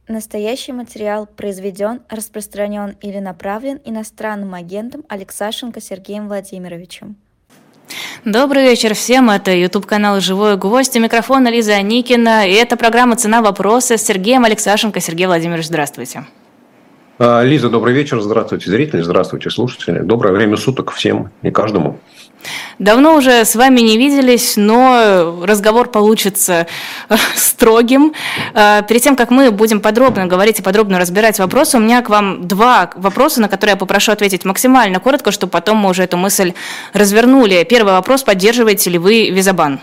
Настоящий материал произведен, распространен или направлен иностранным агентом Алексашенко Сергеем Владимировичем. Добрый вечер всем, это YouTube-канал «Живой гвоздь», у микрофона Лиза Аникина, и это программа «Цена вопроса» с Сергеем Алексашенко. Сергей Владимирович, здравствуйте. Лиза, добрый вечер, здравствуйте, зрители, здравствуйте, слушатели. Доброе время суток всем и каждому. Давно уже с вами не виделись, но разговор получится строгим. Перед тем, как мы будем подробно говорить и подробно разбирать вопросы, у меня к вам два вопроса, на которые я попрошу ответить максимально коротко, чтобы потом мы уже эту мысль развернули. Первый вопрос: поддерживаете ли вы визабан?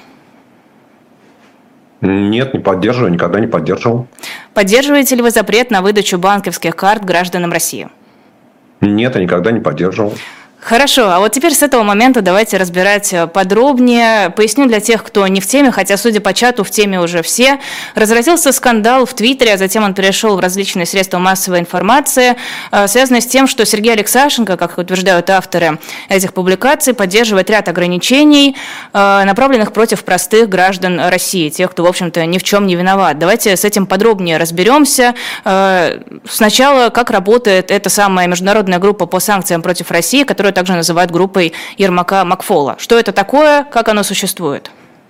Нет, не поддерживаю, никогда не поддерживал. Поддерживаете ли вы запрет на выдачу банковских карт гражданам России? Нет, я никогда не поддерживал. Хорошо, а вот теперь с этого момента давайте разбирать подробнее. Поясню для тех, кто не в теме, хотя, судя по чату, в теме уже все. Разразился скандал в Твиттере, а затем он перешел в различные средства массовой информации, связанный с тем, что Сергей Алексашенко, как утверждают авторы этих публикаций, поддерживает ряд ограничений, направленных против простых граждан России, тех, кто, в общем-то, ни в чем не виноват. Давайте с этим подробнее разберемся. Сначала, как работает эта самая международная группа по санкциям против России, которая также называют группой Ермака Макфола. Что это такое, как оно существует?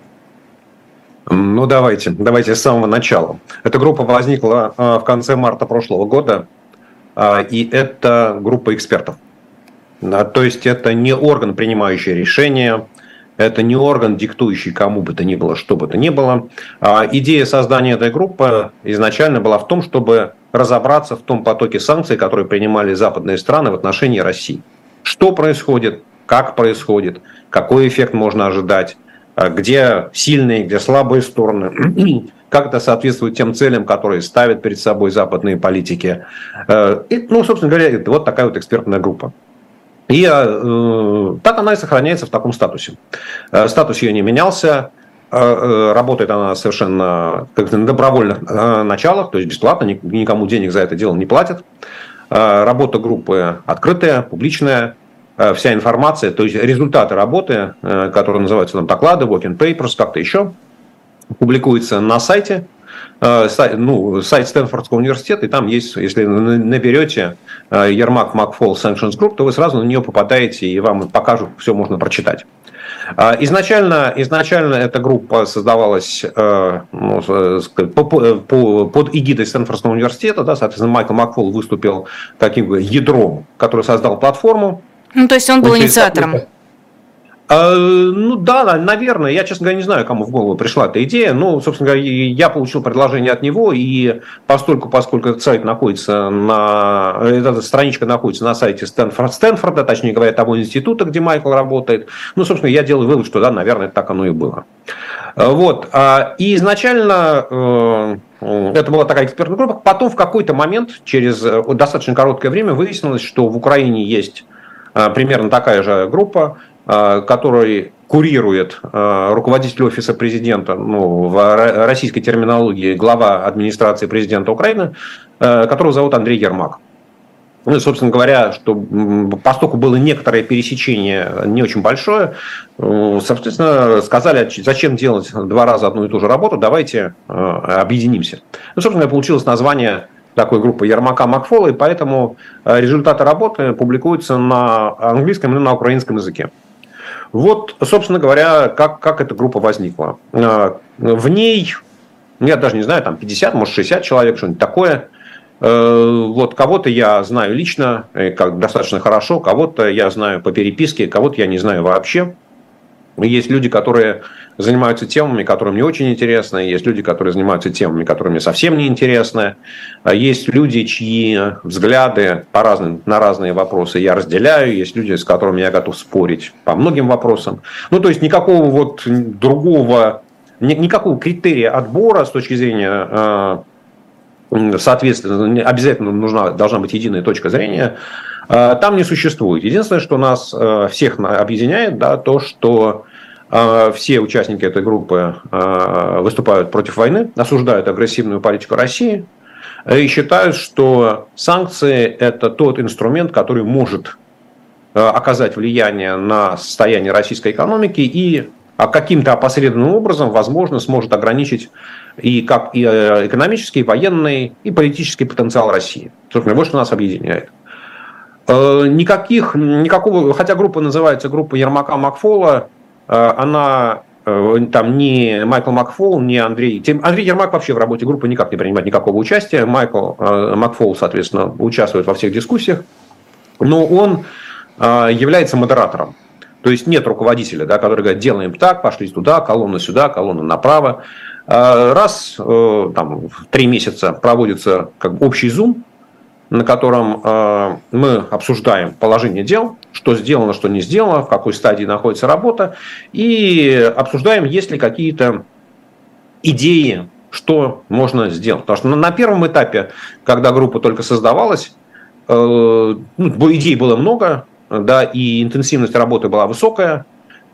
Ну, давайте с самого начала. Эта группа возникла в конце марта прошлого года, и это группа экспертов. То есть это не орган, принимающий решения, это не орган, диктующий кому бы то ни было, что бы то ни было. Идея создания этой группы изначально была в том, чтобы разобраться в том потоке санкций, которые принимали западные страны в отношении России. Что происходит, как происходит, какой эффект можно ожидать, где сильные, где слабые стороны, как это соответствует тем целям, которые ставят перед собой западные политики. И, собственно говоря, вот такая вот экспертная группа. И так она и сохраняется в таком статусе. Статус ее не менялся. Работает она совершенно как-то на добровольных началах, то есть бесплатно, никому денег за это дело не платят. Работа группы открытая, публичная, вся информация, то есть результаты работы, которые называются там доклады, working papers, как-то еще, публикуется на сайте, сайт Стэнфордского университета, и там есть, если наберете Ермак Макфол Sanctions Group, то вы сразу на нее попадаете, и вам покажут, все можно прочитать. Изначально эта группа создавалась под эгидой Стэнфордского университета, да, соответственно, Майкл Макфол выступил таким ядром, который создал платформу. Ну, то есть он был инициатором. Да, наверное. Я, честно говоря, не знаю, кому в голову пришла эта идея. Ну, собственно говоря, я получил предложение от него, и поскольку этот сайт находится эта страничка находится на сайте Стэнфорда, точнее говоря, того института, где Майкл работает, собственно, я делаю вывод, что да, наверное, так оно и было. Вот. И изначально это была такая экспертная группа. Потом в какой-то момент, через достаточно короткое время, выяснилось, что в Украине есть примерно такая же группа, который курирует руководитель офиса президента, в российской терминологии глава администрации президента Украины, которого зовут Андрей Ермак. Собственно говоря, поскольку было некоторое пересечение, не очень большое, соответственно, сказали, зачем делать 2 раза одну и ту же работу, давайте объединимся. Собственно, получилось название такой группы Ермака Макфола, и поэтому результаты работы публикуются на английском и на украинском языке. Вот, собственно говоря, как эта группа возникла. В ней, я даже не знаю, там 50, может 60 человек, что-нибудь такое. Вот кого-то я знаю лично, достаточно хорошо, кого-то я знаю по переписке, кого-то я не знаю вообще. Есть люди, которые занимаются темами, которые мне очень интересны. Есть люди, которые занимаются темами, которые мне совсем не интересны. Есть люди, чьи взгляды на разные вопросы я разделяю. Есть люди, с которыми я готов спорить по многим вопросам. То есть никакого никакого критерия отбора с точки зрения, соответственно, обязательно должна быть единая точка зрения, там не существует. Единственное, что нас всех объединяет, да, то, что все участники этой группы выступают против войны, осуждают агрессивную политику России и считают, что санкции – это тот инструмент, который может оказать влияние на состояние российской экономики и а каким-то опосредованным образом, возможно, сможет ограничить и экономический, и военный, и политический потенциал России. Собственно, вот что нас объединяет. Никакого, хотя группа называется группа Ермака-Макфола, она там ни Майкл Макфол, ни Андрей. Андрей Ермак вообще в работе группы никак не принимает никакого участия. Майкл Макфол, соответственно, участвует во всех дискуссиях, но он является модератором. То есть нет руководителя, да, который говорит, делаем так, пошли туда, колонна сюда, колонна направо. Раз там, в 3 месяца проводится как бы общий зум, на котором мы обсуждаем положение дел, что сделано, что не сделано, в какой стадии находится работа, и обсуждаем, есть ли какие-то идеи, что можно сделать. Потому что на первом этапе, когда группа только создавалась, идей было много, да, и интенсивность работы была высокая.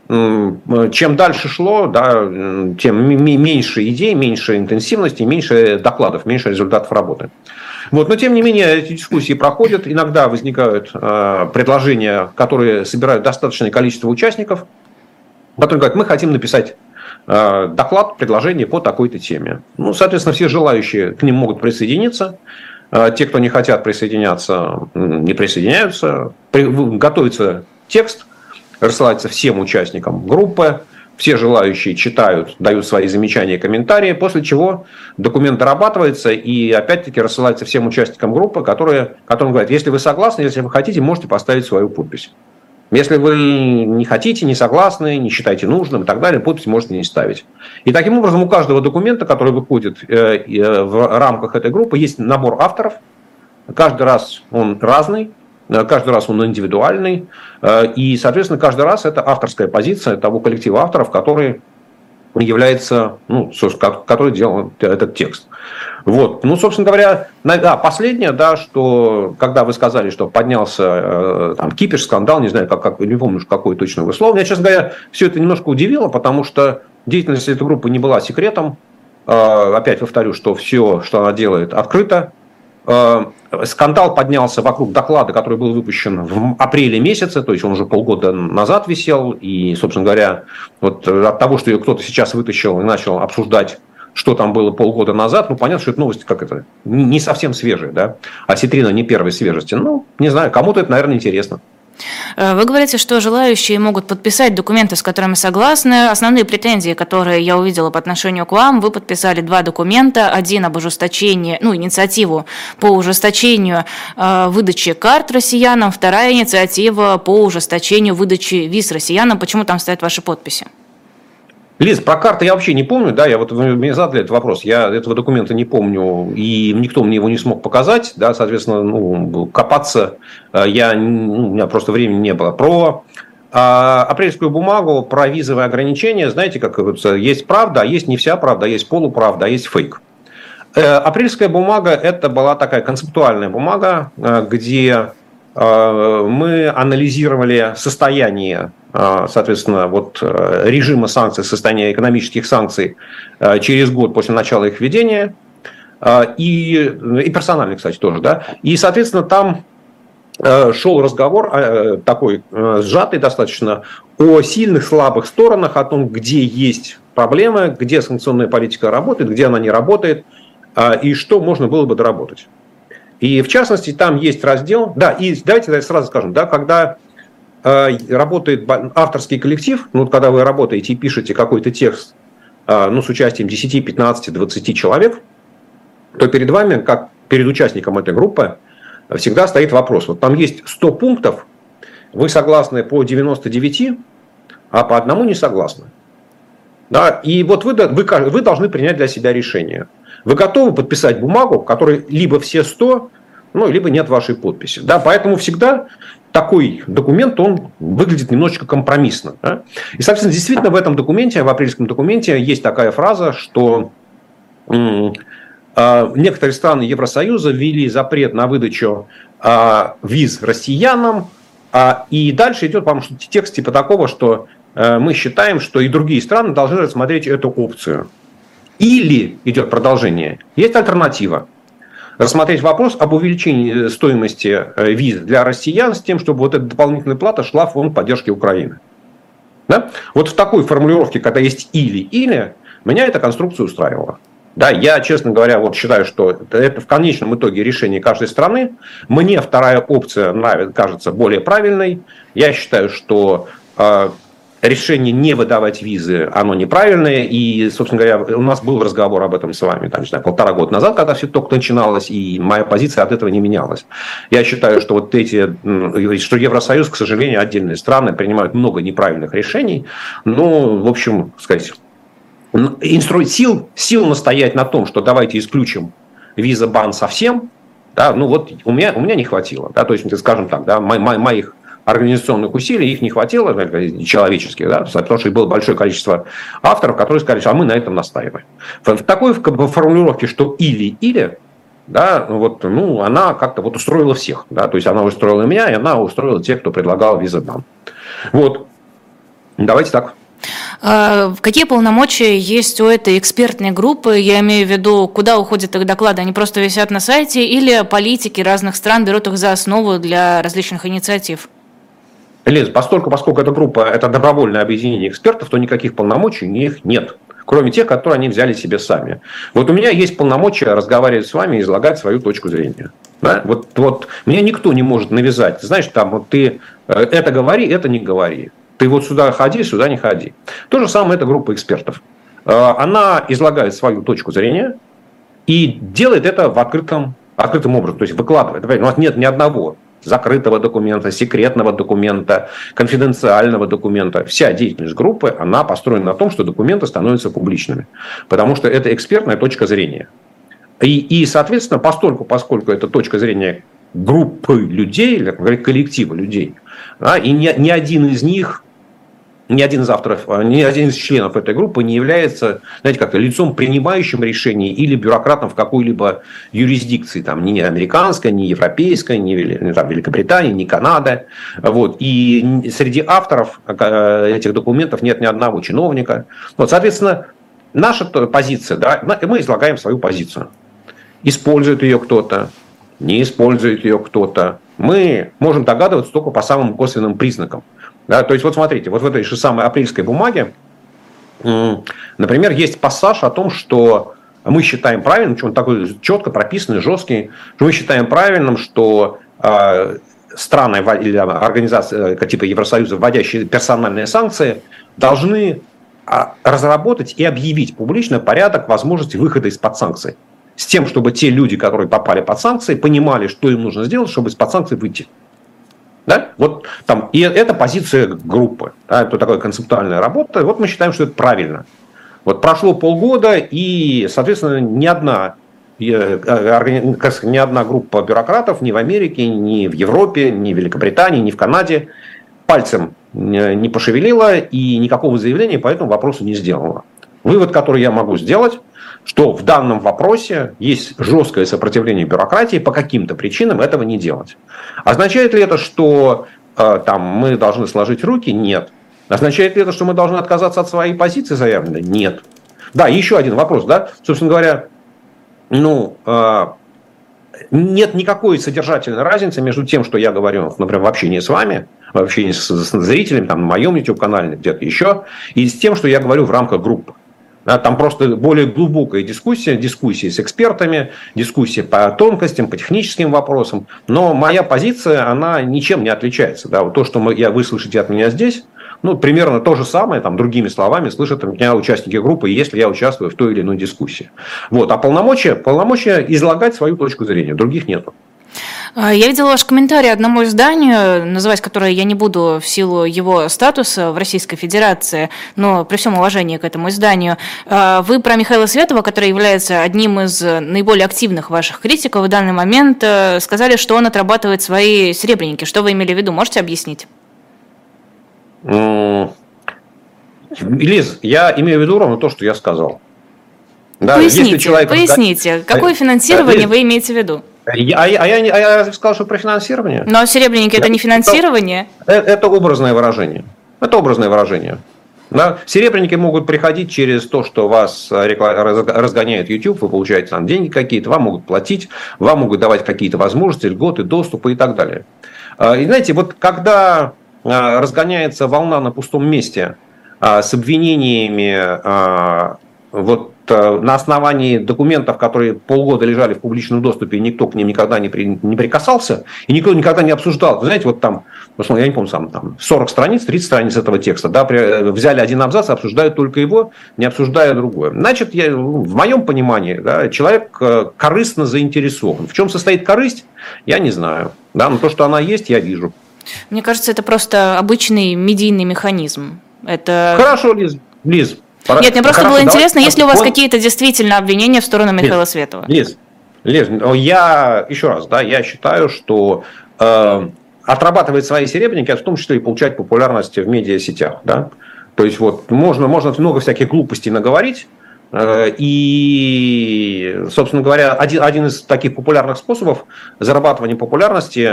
Чем дальше шло, да, тем меньше идей, меньше интенсивности, меньше докладов, меньше результатов работы. Вот, но тем не менее эти дискуссии проходят, иногда возникают предложения, которые собирают достаточное количество участников, которые говорят, мы хотим написать доклад, предложение по такой-то теме. Ну, соответственно, все желающие к ним могут присоединиться. Те, кто не хотят присоединяться, не присоединяются. Готовится текст, рассылается всем участникам группы. Все желающие читают, дают свои замечания и комментарии, после чего документ дорабатывается и опять-таки рассылается всем участникам группы, которым говорят, если вы согласны, если вы хотите, можете поставить свою подпись. Если вы не хотите, не согласны, не считаете нужным и так далее, подпись можете не ставить. И таким образом у каждого документа, который выходит в рамках этой группы, есть набор авторов. Каждый раз он разный. Каждый раз он индивидуальный, и, соответственно, каждый раз это авторская позиция того коллектива авторов, который является, который делал этот текст. Вот. Ну, собственно говоря, последнее, да, что, когда вы сказали, что поднялся там кипиш, скандал, не знаю, не помню, какое точное слово, меня, честно говоря, все это немножко удивило, потому что деятельность этой группы не была секретом. Опять повторю, что все, что она делает, открыто. Скандал поднялся вокруг доклада, который был выпущен в апреле месяце, то есть он уже полгода назад висел, и, собственно говоря, вот от того, что ее кто-то сейчас вытащил и начал обсуждать, что там было полгода назад, ну, понятно, что это новости не совсем свежие, да, осетрина не первой свежести, ну, не знаю, кому-то это, наверное, интересно. Вы говорите, что желающие могут подписать документы, с которыми согласны. Основные претензии, которые я увидела по отношению к вам, вы подписали 2 документа. Один об ужесточении, инициативу по ужесточению выдачи карт россиянам, вторая инициатива по ужесточению выдачи виз россиянам. Почему там стоят ваши подписи? Лиз, про карты я вообще не помню, да, вы мне задали этот вопрос, я этого документа не помню, и никто мне его не смог показать, да, соответственно, копаться у меня просто времени не было. Про апрельскую бумагу, про визовые ограничения, знаете, как есть правда, а есть не вся правда, а есть полуправда, а есть фейк. Апрельская бумага – это была такая концептуальная бумага, где мы анализировали состояние, соответственно, режима санкций, состояние экономических санкций через год после начала их введения, и персональный, кстати, тоже, да, и, соответственно, там шел разговор такой сжатый достаточно о сильных, слабых сторонах, о том, где есть проблемы, где санкционная политика работает, где она не работает, и что можно было бы доработать. И в частности, там есть раздел, да, и давайте сразу скажем, да, когда работает авторский коллектив, когда вы работаете и пишете какой-то текст, с участием 10, 15, 20 человек, то перед вами, как перед участником этой группы, всегда стоит вопрос. Вот там есть 100 пунктов, вы согласны по 99, а по одному не согласны. Да, и вот вы должны принять для себя решение. Вы готовы подписать бумагу, в которой либо все 100, либо нет вашей подписи. Да, поэтому всегда такой документ, он выглядит немножечко компромиссно. Да? И, соответственно, действительно в этом документе, в апрельском документе есть такая фраза, что некоторые страны Евросоюза ввели запрет на выдачу виз россиянам, и дальше идет, по-моему, текст типа такого, что мы считаем, что и другие страны должны рассмотреть эту опцию. Или идет продолжение. Есть альтернатива. Рассмотреть вопрос об увеличении стоимости виз для россиян с тем, чтобы эта дополнительная плата шла в фонд поддержки Украины. Да? Вот в такой формулировке, когда есть или-или, меня эта конструкция устраивала. Да, я, честно говоря, вот считаю, что это в конечном итоге решение каждой страны. Мне вторая опция кажется более правильной. Я считаю, что решение не выдавать визы, оно неправильное. И, собственно говоря, у нас был разговор об этом с вами, там, не знаю, 1,5 года назад, когда все только начиналось, и моя позиция от этого не менялась. Я считаю, что вот что Евросоюз, к сожалению, отдельные страны принимают много неправильных решений. Ну, в общем, сказать, сил настоять на том, что давайте исключим виза-бан совсем, да, ну вот у меня не хватило. Да, то есть, скажем так, да, моих организационных усилий, их не хватило, человеческих, да, потому что было большое количество авторов, которые сказали, что мы на этом настаиваем. В такой формулировке, что или-или, да, вот, ну, она как-то вот устроила всех. Да, то есть она устроила меня, и она устроила тех, кто предлагал виза-бан. Вот. Давайте так. Какие полномочия есть у этой экспертной группы? Я имею в виду, куда уходят их доклады? Они просто висят на сайте или политики разных стран берут их за основу для различных инициатив? Лиз, поскольку эта группа – это добровольное объединение экспертов, то никаких полномочий у них нет. Кроме тех, которые они взяли себе сами. Вот у меня есть полномочия разговаривать с вами и излагать свою точку зрения. Да? Вот мне никто не может навязать. Знаешь, там вот ты это говори, это не говори. Ты вот сюда ходи, сюда не ходи. То же самое эта группа экспертов. Она излагает свою точку зрения и делает это в открытом образом. То есть выкладывает. У нас нет ни одного закрытого документа, секретного документа, конфиденциального документа. Вся деятельность группы, она построена на том, что документы становятся публичными. Потому что это экспертная точка зрения. И соответственно, поскольку это точка зрения группы людей, или коллектива людей, да, и ни один из них, ни один из авторов, ни один из членов этой группы не является, знаете, как-то лицом, принимающим решения или бюрократом в какой-либо юрисдикции, там, ни американской, ни европейской, ни там, Великобритании, ни Канады. Вот. И среди авторов этих документов нет ни одного чиновника. Вот, соответственно, наша позиция, да, мы излагаем свою позицию. Использует ее кто-то, не использует ее кто-то. Мы можем догадываться только по самым косвенным признакам. Да, то есть, вот смотрите, вот в этой же самой апрельской бумаге, например, есть пассаж о том, что мы считаем правильным, он такой четко прописанный, жесткий, что мы считаем правильным, что страны или организации типа Евросоюза, вводящие персональные санкции, должны разработать и объявить публично порядок возможности выхода из-под санкций. С тем, чтобы те люди, которые попали под санкции, понимали, что им нужно сделать, чтобы из-под санкций выйти. Да? Вот там, и это позиция группы. Да? Это такая концептуальная работа. Вот мы считаем, что это правильно. Вот прошло полгода, и, соответственно, ни одна группа бюрократов ни в Америке, ни в Европе, ни в Великобритании, ни в Канаде пальцем не пошевелила и никакого заявления по этому вопросу не сделала. Вывод, который я могу сделать, что в данном вопросе есть жесткое сопротивление бюрократии, по каким-то причинам этого не делать. Означает ли это, что там, мы должны сложить руки? Нет. Означает ли это, что мы должны отказаться от своей позиции заявленной? Нет. Да, еще один вопрос. Да? Собственно говоря, нет никакой содержательной разницы между тем, что я говорю, например, в общении с вами, в общении с зрителями, там, на моем YouTube-канале, где-то еще, и с тем, что я говорю в рамках группы. Да, там просто более глубокая дискуссия с экспертами, дискуссия по тонкостям, по техническим вопросам. Но моя позиция, она ничем не отличается. Да. Вот то, что вы слышите от меня здесь, примерно то же самое, там, другими словами, слышат от меня участники группы, если я участвую в той или иной дискуссии. Вот. А полномочия излагать свою точку зрения, других нет. Я видела ваш комментарий одному изданию, называть которое я не буду в силу его статуса в Российской Федерации, но при всем уважении к этому изданию. Вы про Михаила Светова, который является одним из наиболее активных ваших критиков в данный момент, сказали, что он отрабатывает свои серебряники. Что вы имели в виду? Можете объяснить? Лиз, я имею в виду ровно то, что я сказал. Да, поясните, какое финансирование вы имеете в виду? Я разве сказал, что про финансирование? Но серебряники – это не финансирование? Это образное выражение. Да? Серебряники могут приходить через то, что вас разгоняет YouTube, вы получаете там деньги какие-то, вам могут платить, вам могут давать какие-то возможности, льготы, доступы и так далее. И знаете, вот когда разгоняется волна на пустом месте с обвинениями на основании документов, которые полгода лежали в публичном доступе, и никто к ним никогда не прикасался, и никто никогда не обсуждал. Вы знаете, там, я не помню, там 40 страниц, 30 страниц этого текста, да, взяли один абзац, обсуждают только его, не обсуждая другое. Значит, в моем понимании, да, человек корыстно заинтересован. В чем состоит корысть, я не знаю. Да, но то, что она есть, я вижу. Мне кажется, это просто обычный медийный механизм. Это... Хорошо, Лиз. Нет, мне просто было интересно, есть ли у вас какие-то действительно обвинения в сторону Михаила Светова? Лиз, я еще раз, да, я считаю, что отрабатывать свои серебряники, в том числе и получать популярность в медиасетях, да. То есть можно много всяких глупостей наговорить. И, собственно говоря, один из таких популярных способов зарабатывания популярности,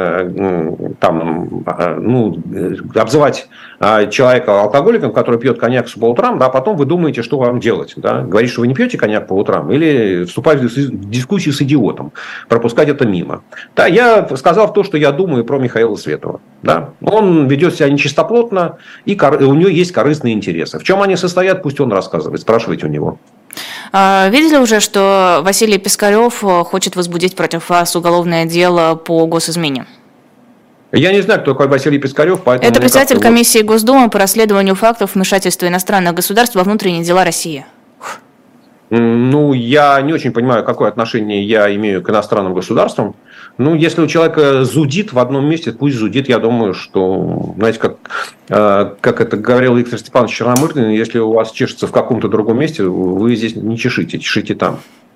обзывать человека алкоголиком, который пьет коньяк по утрам, да, потом вы думаете, что вам делать. Да? Говорить, что вы не пьете коньяк по утрам, или вступать в дискуссию с идиотом, пропускать это мимо. Да, я сказал то, что я думаю про Михаила Светова. Да? Он ведет себя нечистоплотно, и у него есть корыстные интересы. В чем они состоят, пусть он рассказывает, спрашивайте у него. Видели уже, что Василий Пискарев хочет возбудить против вас уголовное дело по госизмене? Я не знаю, кто такой Василий Пискарев, поэтому... Это председатель комиссии Госдумы по расследованию фактов вмешательства иностранных государств во внутренние дела России. Я не очень понимаю, какое отношение я имею к иностранным государствам. Если у человека зудит в одном месте, пусть зудит. Я думаю, что, знаете, как это говорил Виктор Степанович Черномырдин, если у вас чешется в каком-то другом месте, вы здесь не чешите, чешите там.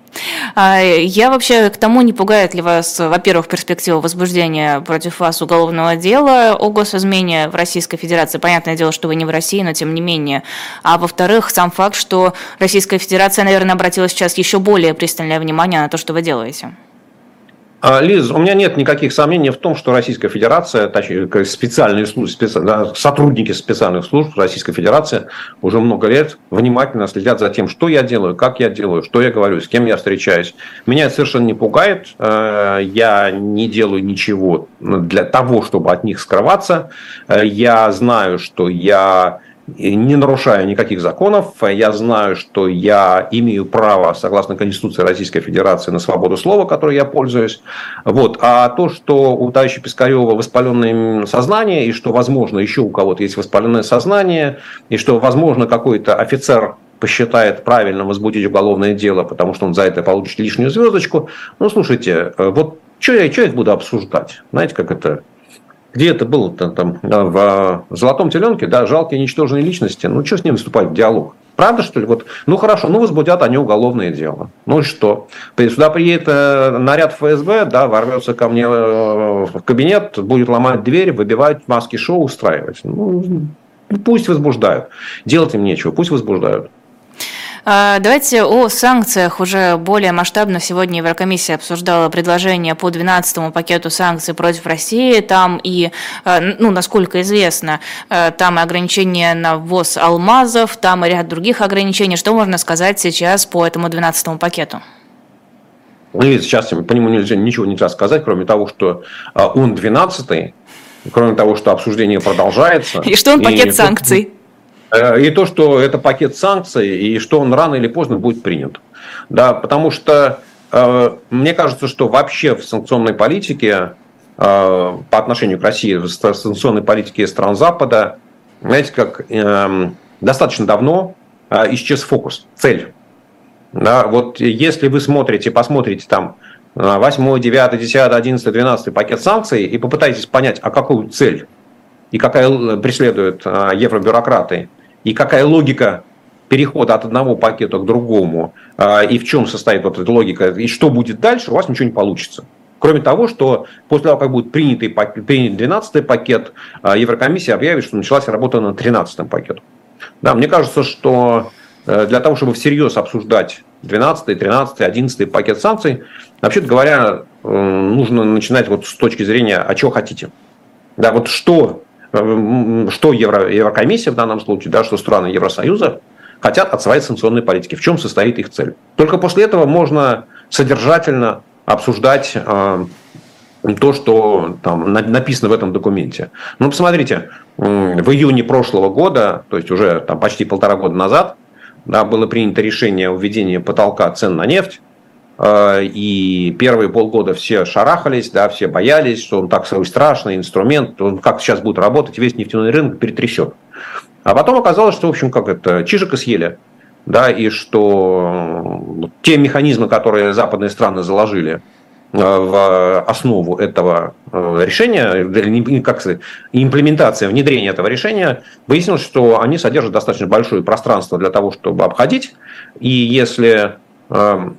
Я вообще к тому, не пугает ли вас, во-первых, перспектива возбуждения против вас уголовного дела о госизмене в Российской Федерации. Понятное дело, что вы не в России, но тем не менее. А во-вторых, сам факт, что Российская Федерация, наверное, обратила сейчас еще более пристальное внимание на то, что вы делаете. Лиз, у меня нет никаких сомнений в том, что Российская Федерация, точнее, специальные службы, сотрудники специальных служб Российской Федерации уже много лет внимательно следят за тем, что я делаю, как я делаю, что я говорю, с кем я встречаюсь. Меня это совершенно не пугает. Я не делаю ничего для того, чтобы от них скрываться. Я знаю, что я не нарушаю никаких законов, я знаю, что я имею право, согласно Конституции Российской Федерации, на свободу слова, которой я пользуюсь. А то, что у товарища Пискарева воспаленное сознание, и что, возможно, еще у кого-то есть воспаленное сознание, и что, возможно, какой-то офицер посчитает правильно возбудить уголовное дело, потому что он за это получит лишнюю звездочку. Слушайте, что я их буду обсуждать? Знаете, как это... Где это было там в «Золотом теленке», да, жалкие ничтожные личности, что с ним выступать в диалог? Правда, что ли? Хорошо, возбудят они уголовное дело. И что? Сюда приедет наряд ФСБ, да, ворвется ко мне в кабинет, будет ломать дверь, выбивать маски-шоу, устраивать. Пусть возбуждают. Делать им нечего, пусть возбуждают. Давайте о санкциях уже более масштабно. Сегодня Еврокомиссия обсуждала предложение по 12-му пакету санкций против России. Там и, насколько известно, там и ограничения на ввоз алмазов, там и ряд других ограничений. Что можно сказать сейчас по этому 12-му пакету? Сейчас по нему ничего нельзя сказать, кроме того, что он 12-й, кроме того, что обсуждение продолжается. И что он пакет санкций. И то, что это пакет санкций, и что он рано или поздно будет принят. Да, потому что мне кажется, что вообще в санкционной политике по отношению к России, в санкционной политике стран Запада, знаете, как достаточно давно исчез фокус, цель. Да, если вы посмотрите там 8, 9, 10, 11, 12 пакет санкций и попытаетесь понять, а какую цель и какая преследуют евробюрократы, и какая логика перехода от одного пакета к другому, и в чем состоит эта логика, и что будет дальше, у вас ничего не получится. Кроме того, что после того, как будет принят 12-й пакет, Еврокомиссия объявит, что началась работа над 13-м пакетом. Да, мне кажется, что для того, чтобы всерьез обсуждать 12-й, 13-й, 11-й пакет санкций, вообще-то говоря, нужно начинать с точки зрения, а чего хотите. Да, что Еврокомиссия в данном случае, да, что страны Евросоюза хотят от своей санкционной политики, в чем состоит их цель. Только после этого можно содержательно обсуждать то, что там написано в этом документе. Ну, посмотрите, в июне прошлого года, то есть уже там почти 1,5 года назад, да, было принято решение о введении потолка цен на нефть. И первые полгода все шарахались, да, все боялись, что он так свой страшный инструмент, он как сейчас будет работать, весь нефтяной рынок перетрясет. А потом оказалось, что, в общем, как это, чижика съели, да, и что те механизмы, которые западные страны заложили в основу этого решения, как сказать, имплементация, внедрение этого решения, выяснилось, что они содержат достаточно большое пространство для того, чтобы обходить. И если там,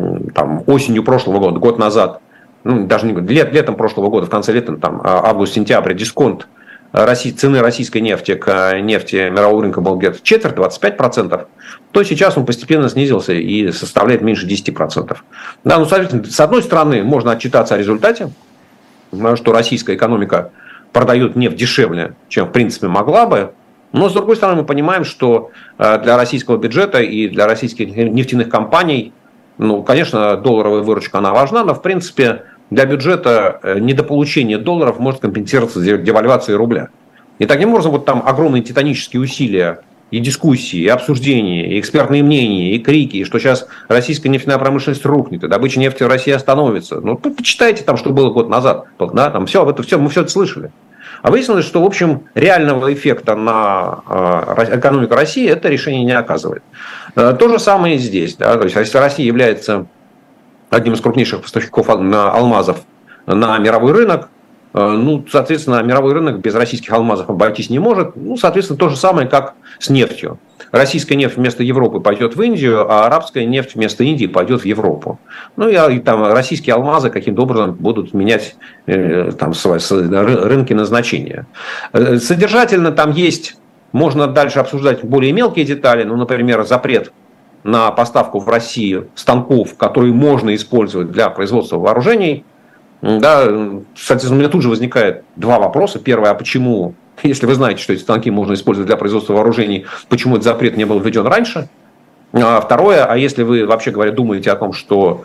осенью прошлого года, год назад, ну, даже не летом прошлого года, в конце лета, там, август-сентябрь, дисконт цены российской нефти к нефти мирового рынка был где-то четверть, 25%, то сейчас он постепенно снизился и составляет меньше 10%. Да, ну, соответственно, с одной стороны, можно отчитаться о результате, что российская экономика продает нефть дешевле, чем в принципе могла бы, но с другой стороны мы понимаем, что для российского бюджета и для российских нефтяных компаний, ну, конечно, долларовая выручка, она важна, но в принципе для бюджета недополучение долларов может компенсироваться девальвацией рубля. И таким образом вот там огромные титанические усилия и дискуссии, и обсуждения, и экспертные мнения, и крики, и что сейчас российская нефтяная промышленность рухнет, и добыча нефти в России остановится. Ну, почитайте там, что было год назад. Да, там мы все это слышали. А выяснилось, что, в общем, реального эффекта на экономику России это решение не оказывает. То же самое и здесь. Да? То есть, если Россия является одним из крупнейших поставщиков алмазов на мировой рынок, ну, соответственно, мировой рынок без российских алмазов обойтись не может. Ну, соответственно, то же самое, как с нефтью. Российская нефть вместо Европы пойдет в Индию, а арабская нефть вместо Индии пойдет в Европу. Ну, и там российские алмазы каким-то образом будут менять там, рынки назначения. Содержательно там есть, можно дальше обсуждать более мелкие детали, ну, например, запрет на поставку в Россию станков, которые можно использовать для производства вооружений. Да, соответственно, у меня тут же возникает два вопроса. Первое, а почему, если вы знаете, что эти станки можно использовать для производства вооружений, почему этот запрет не был введен раньше? А второе, а если вы, вообще говоря, думаете о том, что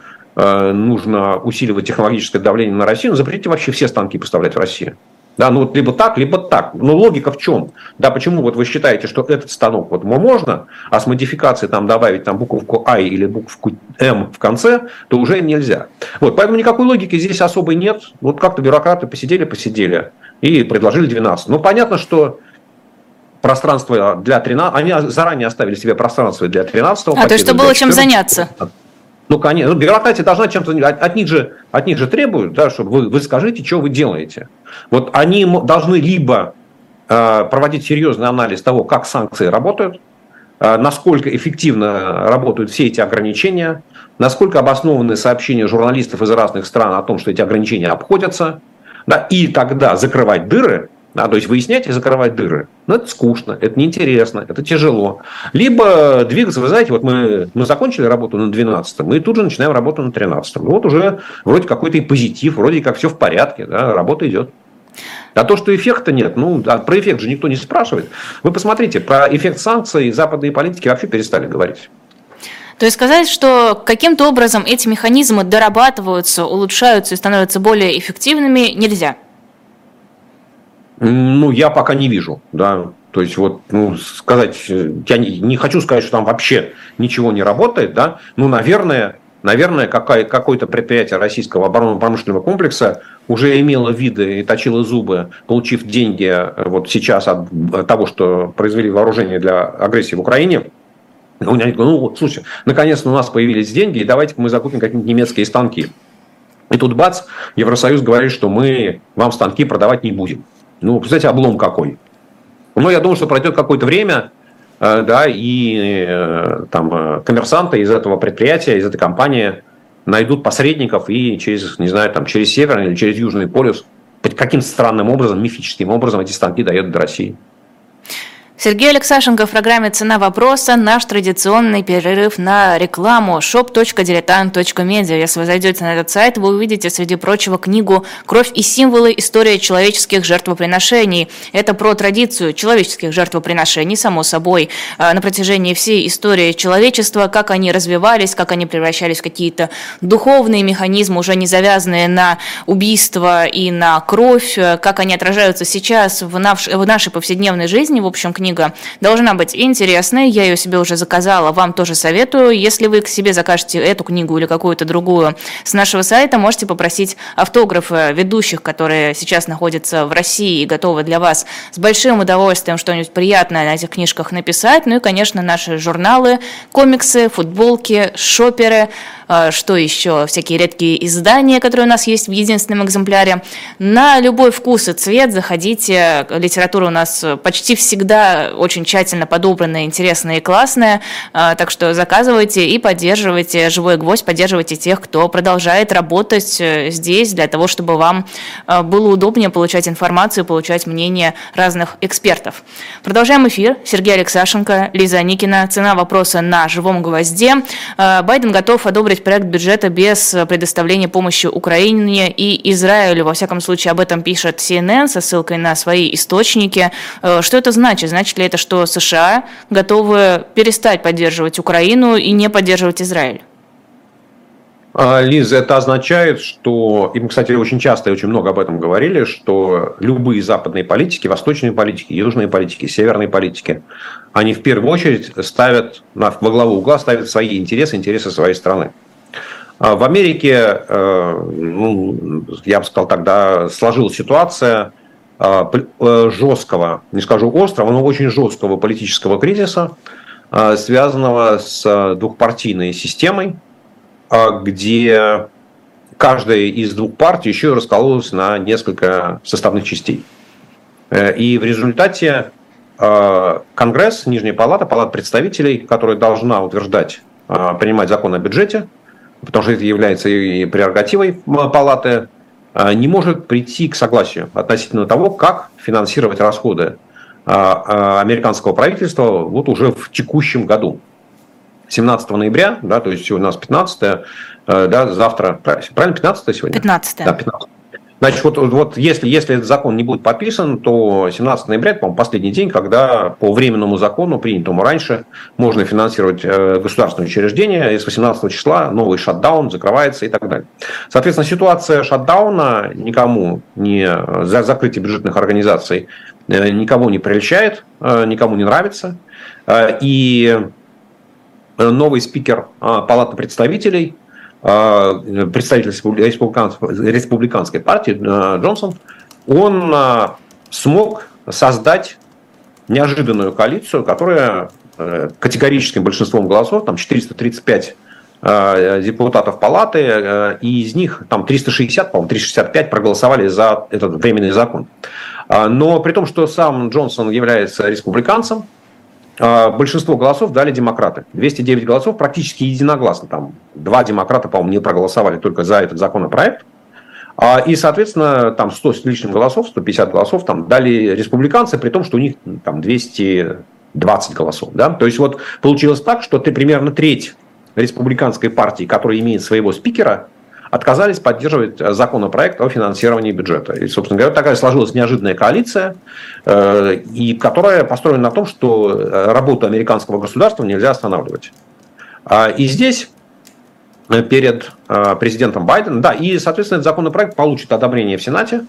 нужно усиливать технологическое давление на Россию, ну, запретите вообще все станки поставлять в Россию. Да, ну вот либо так, либо так. Но логика в чем? Да, почему вот вы считаете, что этот станок вот можно, а с модификацией там добавить там буковку I или буковку M в конце, то уже нельзя. Вот, поэтому никакой логики здесь особой нет. Вот как-то бюрократы посидели и предложили 12. Ну, понятно, что пространство для 13, они заранее оставили себе пространство для 13-го. То есть, что было чем заняться. Ну, конечно, бюрократия должна чем-то... От них же требуют, да, чтобы вы скажите, что вы делаете. Вот они должны либо проводить серьезный анализ того, как санкции работают, насколько эффективно работают все эти ограничения, насколько обоснованы сообщения журналистов из разных стран о том, что эти ограничения обходятся, да, и тогда закрывать дыры, да, то есть выяснять и закрывать дыры. Но это скучно, это неинтересно, это тяжело. Либо двигаться, вы знаете, вот мы закончили работу на 12-м, и тут же начинаем работу на 13-м. Вот уже вроде какой-то и позитив, вроде как все в порядке, да, работа идет. А то, что эффекта нет, ну, про эффект же никто не спрашивает. Вы посмотрите, про эффект санкций западные политики вообще перестали говорить. То есть сказать, что каким-то образом эти механизмы дорабатываются, улучшаются и становятся более эффективными, нельзя? Ну, я пока не вижу, да. То есть, вот, ну, сказать, я не хочу сказать, что там вообще ничего не работает, да. Ну, наверное, какое-то предприятие российского оборонно-промышленного комплекса уже имело виды и точило зубы, получив деньги вот сейчас от того, что произвели вооружение для агрессии в Украине. Ну, слушай, наконец-то у нас появились деньги, и давайте-ка мы закупим какие-нибудь немецкие станки. И тут бац, Евросоюз говорит, что мы вам станки продавать не будем. Ну, представляете, облом какой. Но я думаю, что пройдет какое-то время, да, и там коммерсанты из этого предприятия, из этой компании найдут посредников и через, не знаю, там, через Северный или через Южный полюс каким-то странным образом, мифическим образом эти станки доедут до России. Сергей Алексашенко в программе «Цена вопроса». Наш традиционный перерыв на рекламу shop.diletant.media. Если вы зайдете на этот сайт, вы увидите, среди прочего, книгу «Кровь и символы. История человеческих жертвоприношений». Это про традицию человеческих жертвоприношений, само собой, на протяжении всей истории человечества, как они развивались, как они превращались в какие-то духовные механизмы, уже не завязанные на убийство и на кровь, как они отражаются сейчас в нашей повседневной жизни. В общем, книга должна быть интересной, я ее себе уже заказала, вам тоже советую. Если вы к себе закажете эту книгу или какую-то другую с нашего сайта, можете попросить автографы ведущих, которые сейчас находятся в России и готовы для вас с большим удовольствием что-нибудь приятное на этих книжках написать. Ну и, конечно, наши журналы, комиксы, футболки, шоперы, что еще, всякие редкие издания, которые у нас есть в единственном экземпляре. На любой вкус и цвет заходите, литература у нас почти всегда очень тщательно подобранная, интересная и классная, так что заказывайте и поддерживайте «Живой гвоздь», поддерживайте тех, кто продолжает работать здесь для того, чтобы вам было удобнее получать информацию, получать мнение разных экспертов. Продолжаем эфир. Сергей Алексашенко, Лиза Никина. Цена вопроса на «Живом гвозде». Байден готов одобрить проект бюджета без предоставления помощи Украине и Израилю. Во всяком случае, об этом пишет CNN со ссылкой на свои источники. Что это значит? Значит ли это, что США готовы перестать поддерживать Украину и не поддерживать Израиль? Лиза, это означает, что, и мы, кстати, очень часто и очень много об этом говорили, что любые западные политики, восточные политики, южные политики, северные политики, они в первую очередь ставят, во главу угла ставят свои интересы, интересы своей страны. В Америке, я бы сказал тогда, сложилась ситуация жесткого, не скажу острого, но очень жесткого политического кризиса, связанного с двухпартийной системой, где каждая из двух партий еще и раскололась на несколько составных частей. И в результате Конгресс, Нижняя палата, Палата представителей, которая должна утверждать, принимать закон о бюджете, потому что это является и прерогативой палаты, не может прийти к согласию относительно того, как финансировать расходы американского правительства вот уже в текущем году. 17 ноября, да, то есть сегодня у нас 15, да, завтра, правильно, 15 сегодня? 15. Да, 15. Значит, вот если этот закон не будет подписан, то 17 ноября, это, по-моему, последний день, когда по временному закону, принятому раньше, можно финансировать государственные учреждения, и с 18 числа новый шатдаун закрывается и так далее. Соответственно, ситуация шатдауна никому не, за закрытие бюджетных организаций никому не прельщает, никому не нравится. И новый спикер Палаты представителей, представитель республиканской партии Джонсон, он смог создать неожиданную коалицию, которая категорическим большинством голосов, там 435 депутатов палаты, и из них там 360, по-моему, 365 проголосовали за этот временный закон. Но при том, что сам Джонсон является республиканцем, большинство голосов дали демократы. 209 голосов практически единогласно. Там 2 демократа, по-моему, не проголосовали только за этот законопроект. И, соответственно, там 100 с лишним голосов, 150 голосов там дали республиканцы, при том, что у них там 220 голосов. Да? То есть вот получилось так, что примерно треть республиканской партии, которая имеет своего спикера, отказались поддерживать законопроект о финансировании бюджета. И, собственно говоря, такая сложилась неожиданная коалиция, и которая построена на том, что работу американского государства нельзя останавливать. И здесь перед президентом Байденом, да, и, соответственно, этот законопроект получит одобрение в Сенате,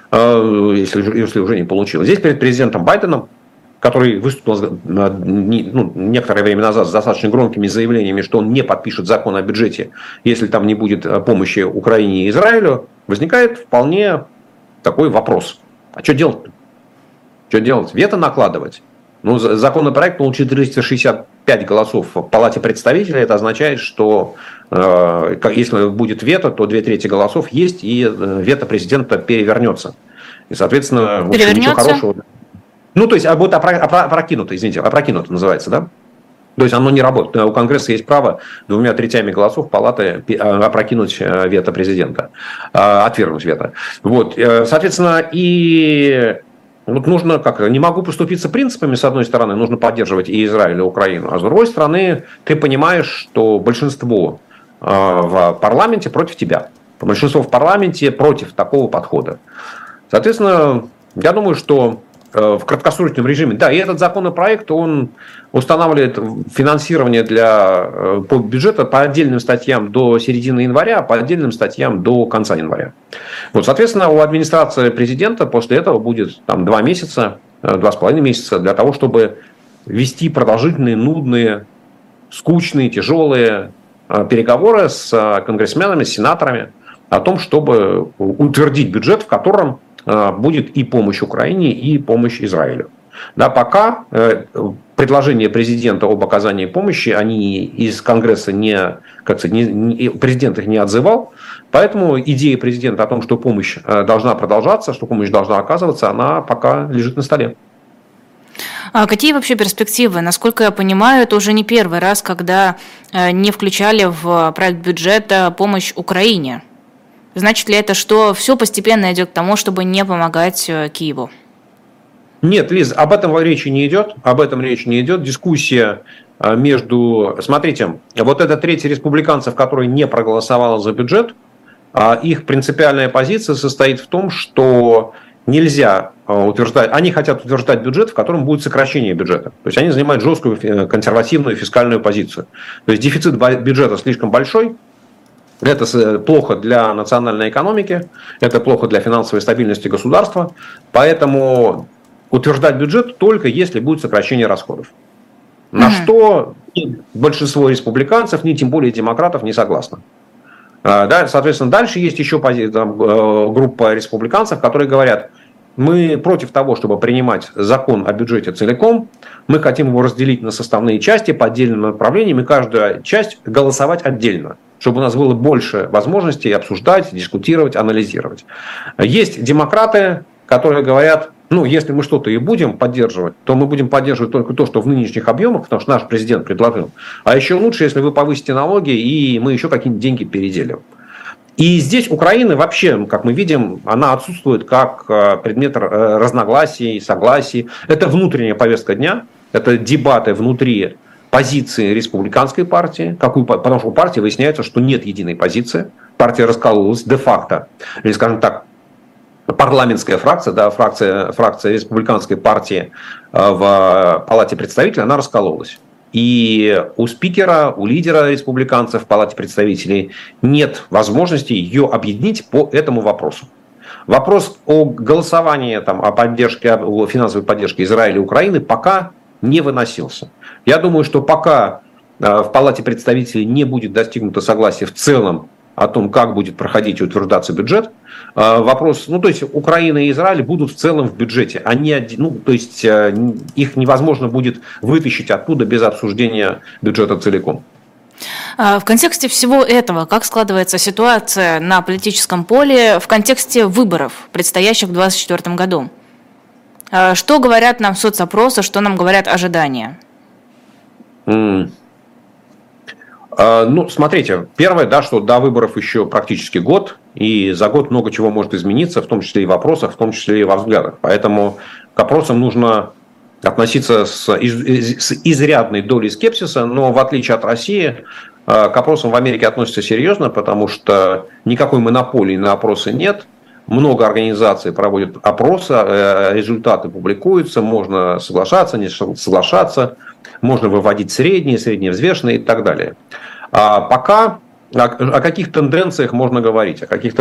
если уже не получил. Здесь перед президентом Байденом, который выступил некоторое время назад с достаточно громкими заявлениями, что он не подпишет закон о бюджете, если там не будет помощи Украине и Израилю, возникает вполне такой вопрос. А что делать-то? Что делать? Вето накладывать? Ну, законопроект получит 365 голосов в Палате представителей. Это означает, что если будет вето, то 2/3 голосов есть, и вето президента перевернется. И, соответственно, ничего хорошего. Ну, то есть, будет опрокинуто, извините, опрокинуто называется, да? То есть, оно не работает. У Конгресса есть право 2/3 голосов Палаты опрокинуть вето президента, отвергнуть вето. Вот, соответственно, и Вот нужно не могу поступиться принципами, с одной стороны, нужно поддерживать и Израиль, и Украину, а с другой стороны, ты понимаешь, что большинство в парламенте против тебя. Большинство в парламенте против такого подхода. Соответственно, я думаю, что в краткосрочном режиме, да, и этот законопроект, он устанавливает финансирование по бюджету по отдельным статьям до середины января, а по отдельным статьям до конца января. Вот, соответственно, у администрации президента после этого будет 2 месяца, 2,5 месяца для того, чтобы вести продолжительные, нудные, скучные, тяжелые переговоры с конгрессменами, с сенаторами о том, чтобы утвердить бюджет, в котором будет и помощь Украине, и помощь Израилю. Да, пока предложения президента об оказании помощи, они из Конгресса президент их не отзывал, поэтому идея президента о том, что помощь должна продолжаться, что помощь должна оказываться, она пока лежит на столе. А какие вообще перспективы? Насколько я понимаю, это уже не первый раз, когда не включали в проект бюджета помощь Украине. Значит ли это, что все постепенно идет к тому, чтобы не помогать Киеву? Нет, Лиз, об этом речи не идет. Об этом речи не идет. Дискуссия между... Смотрите, вот это треть республиканцев, которые не проголосовала за бюджет, их принципиальная позиция состоит в том, что нельзя утверждать... Они хотят утверждать бюджет, в котором будет сокращение бюджета. То есть они занимают жесткую консервативную фискальную позицию. То есть дефицит бюджета слишком большой. Это плохо для национальной экономики, это плохо для финансовой стабильности государства. Поэтому утверждать бюджет только если будет сокращение расходов. На что большинство республиканцев, ни тем более демократов, не согласны. Да, соответственно, дальше есть еще группа республиканцев, которые говорят, мы против того, чтобы принимать закон о бюджете целиком, мы хотим его разделить на составные части по отдельным направлениям, и каждую часть голосовать отдельно, чтобы у нас было больше возможностей обсуждать, дискутировать, анализировать. Есть демократы, которые говорят, если мы что-то и будем поддерживать, то мы будем поддерживать только то, что в нынешних объемах, потому что наш президент предложил. А еще лучше, если вы повысите налоги, и мы еще какие-нибудь деньги переделим. И здесь Украина вообще, как мы видим, она отсутствует как предмет разногласий, согласий. Это внутренняя повестка дня, это дебаты внутри позиции республиканской партии, потому что у партии выясняется, что нет единой позиции. Партия раскололась де-факто, или, скажем так, парламентская фракция, да, фракция республиканской партии в Палате представителей, она раскололась. И у спикера, у лидера республиканцев в Палате представителей нет возможности ее объединить по этому вопросу. Вопрос о голосовании, о финансовой поддержке Израиля и Украины пока не выносился. Я думаю, что пока в Палате представителей не будет достигнуто согласие в целом о том, как будет проходить и утверждаться бюджет, вопрос, то есть Украина и Израиль будут в целом в бюджете, то есть их невозможно будет вытащить оттуда без обсуждения бюджета целиком. В контексте всего этого, как складывается ситуация на политическом поле в контексте выборов, предстоящих в 2024 году? Что говорят нам соцопросы, что нам говорят ожидания? Смотрите, первое, что до выборов еще практически год, и за год много чего может измениться, в том числе и в вопросах, в том числе и во взглядах. Поэтому к опросам нужно относиться с изрядной долей скепсиса, но в отличие от России, к опросам в Америке относятся серьезно, потому что никакой монополии на опросы нет. Много организаций проводят опросы, результаты публикуются, можно соглашаться, не соглашаться, можно выводить средние взвешенные и так далее. А пока о каких тенденциях можно говорить?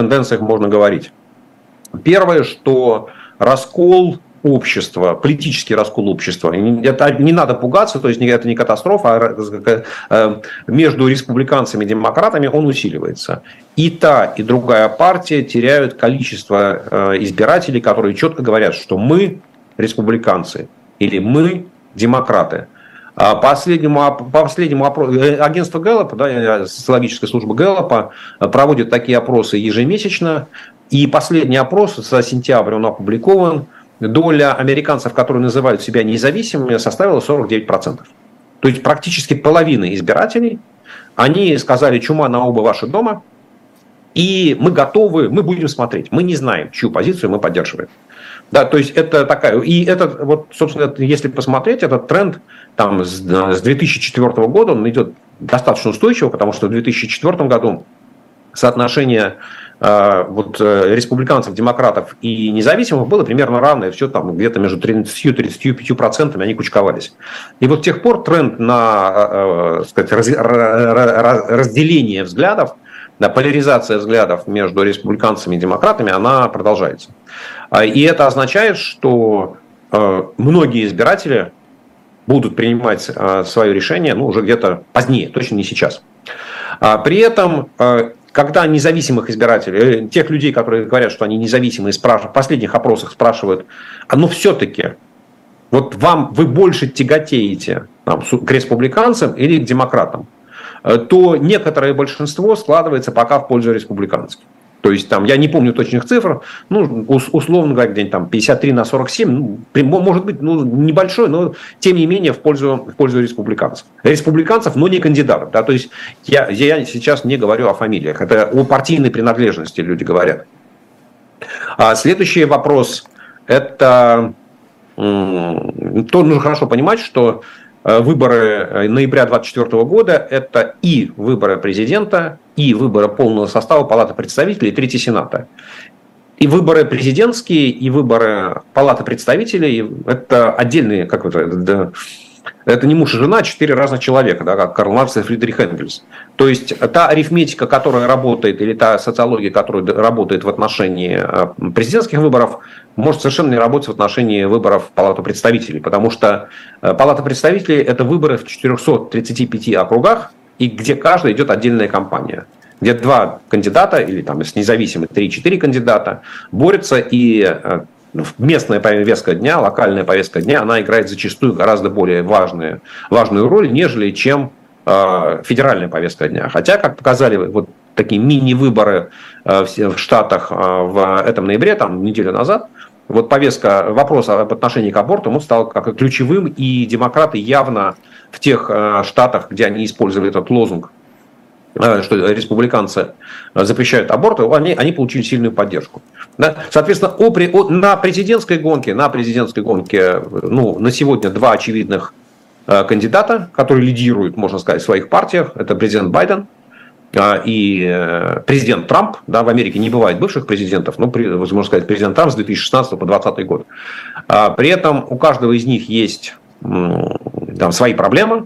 Первое, что раскол общества, политический раскол общества, это не надо пугаться, то есть это не катастрофа, а между республиканцами и демократами он усиливается. И та, и другая партия теряют количество избирателей, которые четко говорят, что мы республиканцы или мы демократы. По последнему опросу, агентство Гэллопа, социологическая служба Гэллопа проводит такие опросы ежемесячно, и последний опрос за сентябрь он опубликован. Доля американцев, которые называют себя независимыми, составила 49%. То есть практически половина избирателей, они сказали, чума на оба ваши дома, и мы готовы, мы будем смотреть. Мы не знаем, чью позицию мы поддерживаем. Да, то есть это такая, и это вот, собственно, если посмотреть, этот тренд там с 2004 года, он идет достаточно устойчиво, потому что в 2004 году соотношение республиканцев, демократов и независимых было примерно равное, все там где-то между 30-35% они кучковались. И вот с тех пор тренд на разделение взглядов, на поляризация взглядов между республиканцами и демократами, она продолжается. И это означает, что многие избиратели будут принимать свое решение уже где-то позднее, точно не сейчас. При этом, когда независимых избирателей, тех людей, которые говорят, что они независимые, в последних опросах спрашивают, все-таки вот вы больше тяготеете к республиканцам или к демократам, то некоторое большинство складывается пока в пользу республиканцев. То есть там, я не помню точных цифр, условно говоря, где-нибудь там 53-47, может быть, небольшой, но тем не менее в пользу республиканцев. Республиканцев, но не кандидатов. Да? То есть я сейчас не говорю о фамилиях, это о партийной принадлежности люди говорят. Следующий вопрос, это нужно хорошо понимать, что выборы ноября 2024 года – это и выборы президента, и выборы полного состава Палаты представителей и Третьего Сената. И выборы президентские, и выборы Палаты представителей – это отдельные, это не муж и жена, 4 разных человека, да, как Карл Маркс и Фридрих Энгельс. То есть та арифметика, которая работает, или та социология, которая работает в отношении президентских выборов, может совершенно не работать в отношении выборов в Палату представителей, потому что Палата представителей – это выборы в 435 округах, и где каждый идет отдельная кампания, где 2 кандидата, или там, если независимые, 3-4 кандидата, борются, и местная повестка дня, локальная повестка дня, она играет зачастую гораздо более важную роль, нежели чем федеральная повестка дня. Хотя, как показали вот такие мини-выборы в Штатах в этом ноябре, там неделю назад, вот вопрос об отношении к аборту, он стал как ключевым, и демократы явно в тех штатах, где они использовали этот лозунг, что республиканцы запрещают аборты, они получили сильную поддержку. Да? Соответственно, на президентской гонке на сегодня 2 очевидных кандидата, которые лидируют, можно сказать, в своих партиях. Это президент Байден и президент Трамп. Да, в Америке не бывает бывших президентов, но, можно сказать, президент Трамп с 2016 по 2020 год. При этом у каждого из них есть свои проблемы.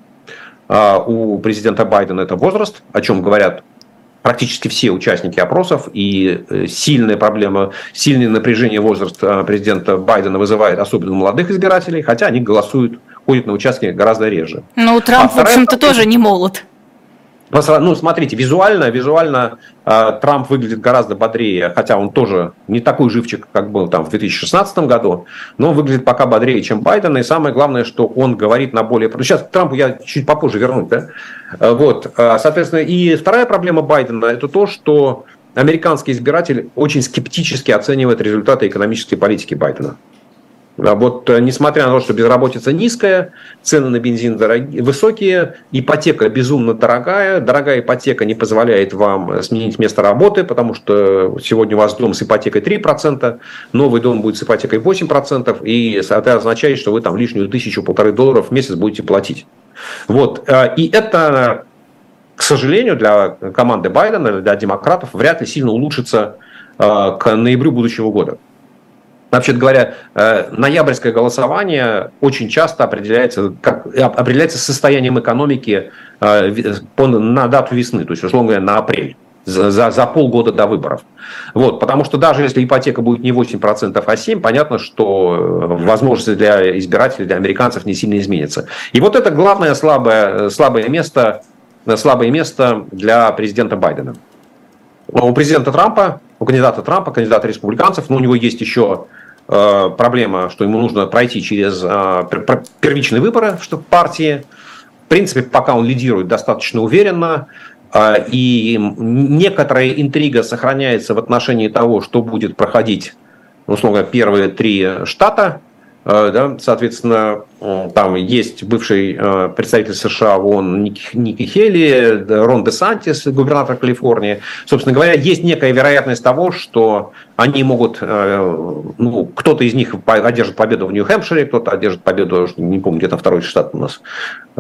У президента Байдена это возраст, о чем говорят практически все участники опросов, и сильная проблема, сильное напряжение возраста президента Байдена вызывает особенно молодых избирателей, хотя они ходят на участки гораздо реже. Ну, Трамп, в общем-то, тоже не молод. Смотрите, визуально Трамп выглядит гораздо бодрее, хотя он тоже не такой живчик, как был там в 2016 году, но выглядит пока бодрее, чем Байден, и самое главное, что он говорит на более... Сейчас к Трампу я чуть попозже вернусь, да? Вот, соответственно, и вторая проблема Байдена – это то, что американский избиратель очень скептически оценивает результаты экономической политики Байдена. Вот, несмотря на то, что безработица низкая, цены на бензин высокие, ипотека безумно дорогая ипотека не позволяет вам сменить место работы, потому что сегодня у вас дом с ипотекой 3%, новый дом будет с ипотекой 8%, и это означает, что вы там лишнюю $1000-1500 в месяц будете платить. Вот, и это, к сожалению, для команды Байдена, для демократов, вряд ли сильно улучшится к ноябрю будущего года. Вообще говоря, ноябрьское голосование очень часто определяется состоянием экономики на дату весны, то есть, условно говоря, на апрель, за полгода до выборов. Вот, потому что даже если ипотека будет не 8%, а 7%, понятно, что возможности для избирателей, для американцев не сильно изменятся. И вот это главное слабое место для президента Байдена. У президента Трампа, у кандидата Трампа, кандидата республиканцев, но у него есть еще проблема, что ему нужно пройти через первичные выборы в партии. В принципе, пока он лидирует достаточно уверенно, и некоторая интрига сохраняется в отношении того, что будет проходить, условно, первые 3 штата, Да, соответственно, там есть бывший представитель США в ООН Ники Хейли, Рон Десантис, губернатор Калифорнии. Собственно говоря, есть некая вероятность того, что они могут, кто-то из них одержит победу в Нью-Хэмпшире, кто-то одержит победу, не помню, где там второй штат у нас,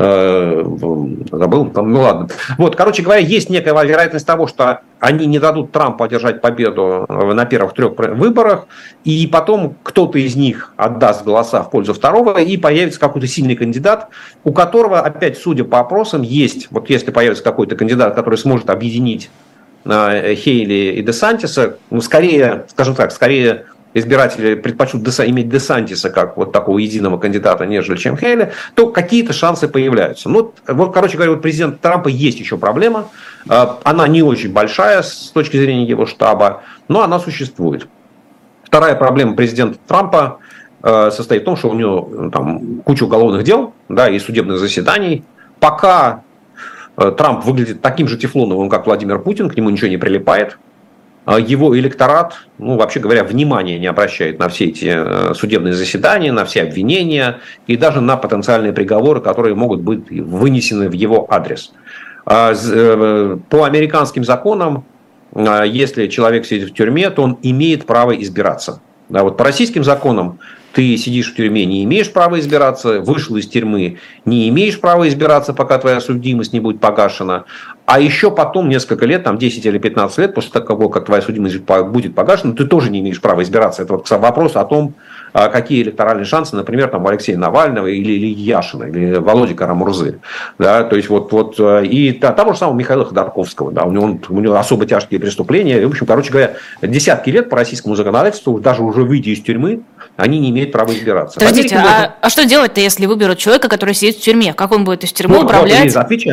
забыл, ну ладно. Вот, короче говоря, есть некая вероятность того, что они не дадут Трампу одержать победу на первых 3 выборах, и потом кто-то из них отдаст голоса в пользу второго, и появится какой-то сильный кандидат, у которого, опять, судя по опросам, есть, вот если появится какой-то кандидат, который сможет объединить Хейли и Десантиса, скорее, скажем так, скорее избиратели предпочтут иметь Десантиса как вот такого единого кандидата, нежели чем Хейли, то какие-то шансы появляются. Ну, вот, короче говоря, у президента Трампа есть еще проблема. Она не очень большая с точки зрения его штаба, но она существует. Вторая проблема президента Трампа состоит в том, что у него там куча уголовных дел, да, и судебных заседаний. Пока Трамп выглядит таким же тефлоновым, как Владимир Путин, к нему ничего не прилипает. Его электорат, вообще говоря, внимания не обращает на все эти судебные заседания, на все обвинения и даже на потенциальные приговоры, которые могут быть вынесены в его адрес. По американским законам, если человек сидит в тюрьме, то он имеет право избираться. Да, вот по российским законам ты сидишь в тюрьме, не имеешь права избираться, вышел из тюрьмы, не имеешь права избираться, пока твоя судимость не будет погашена. А еще потом, несколько лет, там 10 или 15 лет после того, как твоя судимость будет погашена, ты тоже не имеешь права избираться. Это вот вопрос о том, какие электоральные шансы, например, там, у Алексея Навального или Яшина, или Володи Карамурзы. Да, то есть и того же самого Михаила Ходорковского. Да, у него особо тяжкие преступления. И, в общем, короче говоря, десятки лет по российскому законодательству, даже уже выйдя из тюрьмы, они не имеют права избираться. Подождите, а что делать-то, если выберут человека, который сидит в тюрьме? Как он будет из тюрьмы управлять?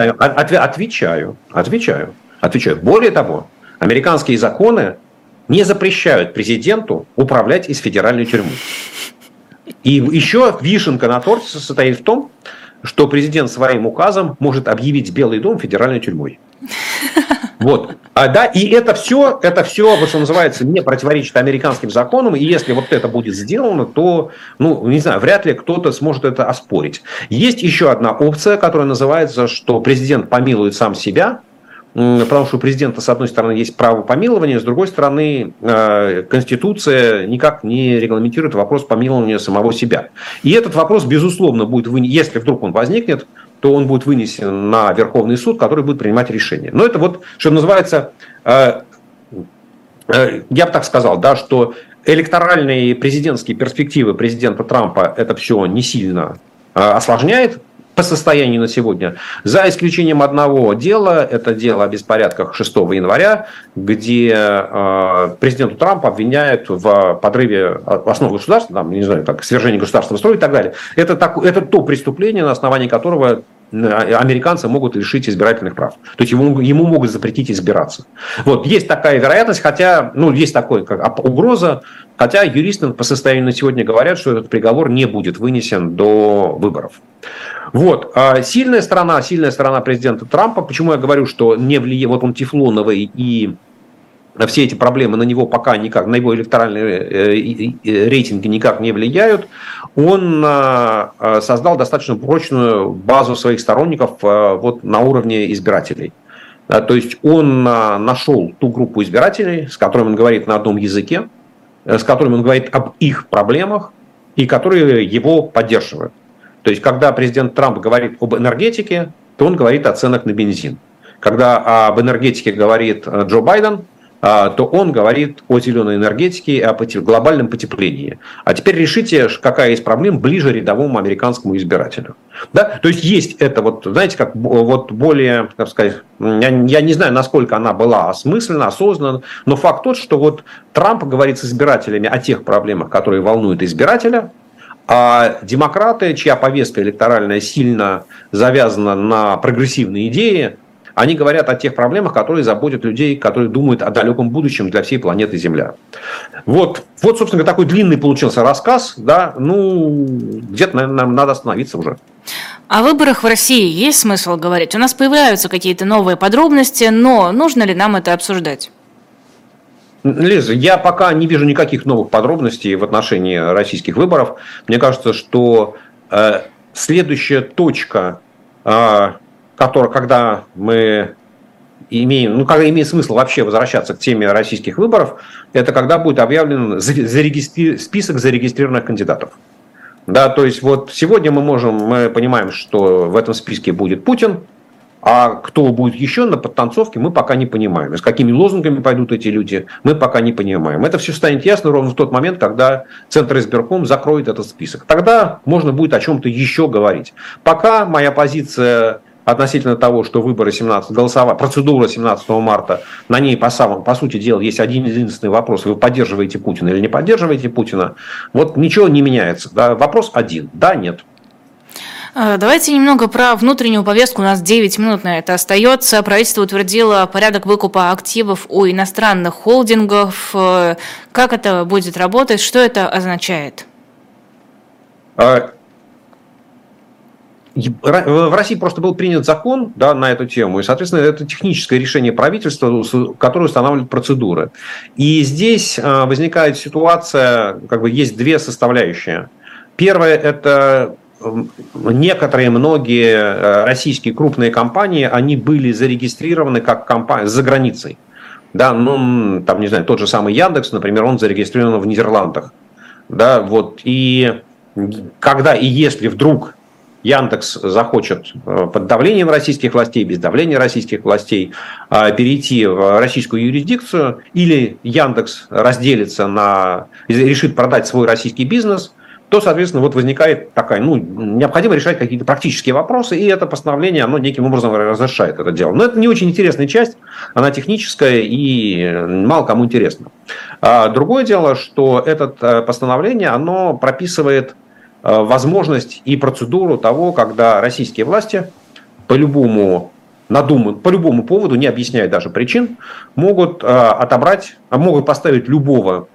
Отвечаю. Более того, американские законы не запрещают президенту управлять из федеральной тюрьмы. И еще вишенка на торте состоит в том, что президент своим указом может объявить Белый дом федеральной тюрьмой. Вот. Да, и это все, вот что называется, не противоречит американским законам, и если вот это будет сделано, то, не знаю, вряд ли кто-то сможет это оспорить. Есть еще одна опция, которая называется, что президент помилует сам себя, потому что у президента, с одной стороны, есть право помилования, с другой стороны, Конституция никак не регламентирует вопрос помилования самого себя. И этот вопрос, безусловно, будет, если вдруг он возникнет, то он будет вынесен на Верховный суд, который будет принимать решение. Но это вот, что называется, я бы так сказал, да, что электоральные президентские перспективы президента Трампа это все не сильно осложняет по состоянию на сегодня, за исключением одного дела, это дело о беспорядках 6 января, где президента Трампа обвиняют в подрыве основ государства, там, не знаю, так, свержении государственного строя и так далее. Это то преступление, на основании которого американцы могут лишить избирательных прав. То есть ему могут запретить избираться. Вот, есть такая вероятность, хотя, есть такая угроза, хотя юристы по состоянию на сегодня говорят, что этот приговор не будет вынесен до выборов. Вот. Сильная сторона президента Трампа, почему я говорю, что не влияет, вот он тефлоновый, и все эти проблемы на него пока никак, на его электоральные рейтинги никак не влияют, он создал достаточно прочную базу своих сторонников вот на уровне избирателей. То есть он нашел ту группу избирателей, с которыми он говорит на одном языке, с которыми он говорит об их проблемах и которые его поддерживают. То есть, когда президент Трамп говорит об энергетике, то он говорит о ценах на бензин. Когда об энергетике говорит Джо Байден, то он говорит о зеленой энергетике и о глобальном потеплении. А теперь решите, какая из проблем ближе рядовому американскому избирателю. Да? То есть, есть это, вот, знаете, как вот более, как сказать, я не знаю, насколько она была осмысленно, осознанна, но факт тот, что вот Трамп говорит с избирателями о тех проблемах, которые волнуют избирателя, а демократы, чья повестка электоральная сильно завязана на прогрессивные идеи, они говорят о тех проблемах, которые заботят людей, которые думают о далеком будущем для всей планеты Земля. Вот, собственно, такой длинный получился рассказ. Да, где-то, наверное, надо остановиться уже. О выборах в России есть смысл говорить? У нас появляются какие-то новые подробности, но нужно ли нам это обсуждать? Лиза, я пока не вижу никаких новых подробностей в отношении российских выборов. Мне кажется, что следующая точка, когда мы имеем, когда имеет смысл вообще возвращаться к теме российских выборов, это когда будет объявлен список зарегистрированных кандидатов. Да, то есть вот сегодня мы понимаем, что в этом списке будет Путин, а кто будет еще на подтанцовке, мы пока не понимаем. И с какими лозунгами пойдут эти люди, мы пока не понимаем. Это все станет ясно ровно в тот момент, когда Центр избирком закроет этот список. Тогда можно будет о чем-то еще говорить. Пока моя позиция относительно того, что процедура 17 марта, на ней по сути дела есть один единственный вопрос: вы поддерживаете Путина или не поддерживаете Путина, вот ничего не меняется. Да? Вопрос один: да, нет. Давайте немного про внутреннюю повестку. У нас 9 минут на это остается. Правительство утвердило порядок выкупа активов у иностранных холдингов. Как это будет работать? Что это означает? В России просто был принят закон, да, на эту тему, и, соответственно, это техническое решение правительства, которое устанавливает процедуры. И здесь возникает ситуация, есть две составляющие. Первое – это многие российские крупные компании, они были зарегистрированы как компании за границей. Да, не знаю, тот же самый Яндекс, например, он зарегистрирован в Нидерландах. Да, вот, и если вдруг Яндекс захочет под давлением российских властей, без давления российских властей перейти в российскую юрисдикцию, или Яндекс разделится решит продать свой российский бизнес, то, соответственно, возникает необходимо решать какие-то практические вопросы, и это постановление, оно неким образом разрешает это дело. Но это не очень интересная часть, она техническая и мало кому интересна. Другое дело, что это постановление, оно прописывает возможность и процедуру того, когда российские власти по любому поводу, не объясняя даже причин, могут поставить любого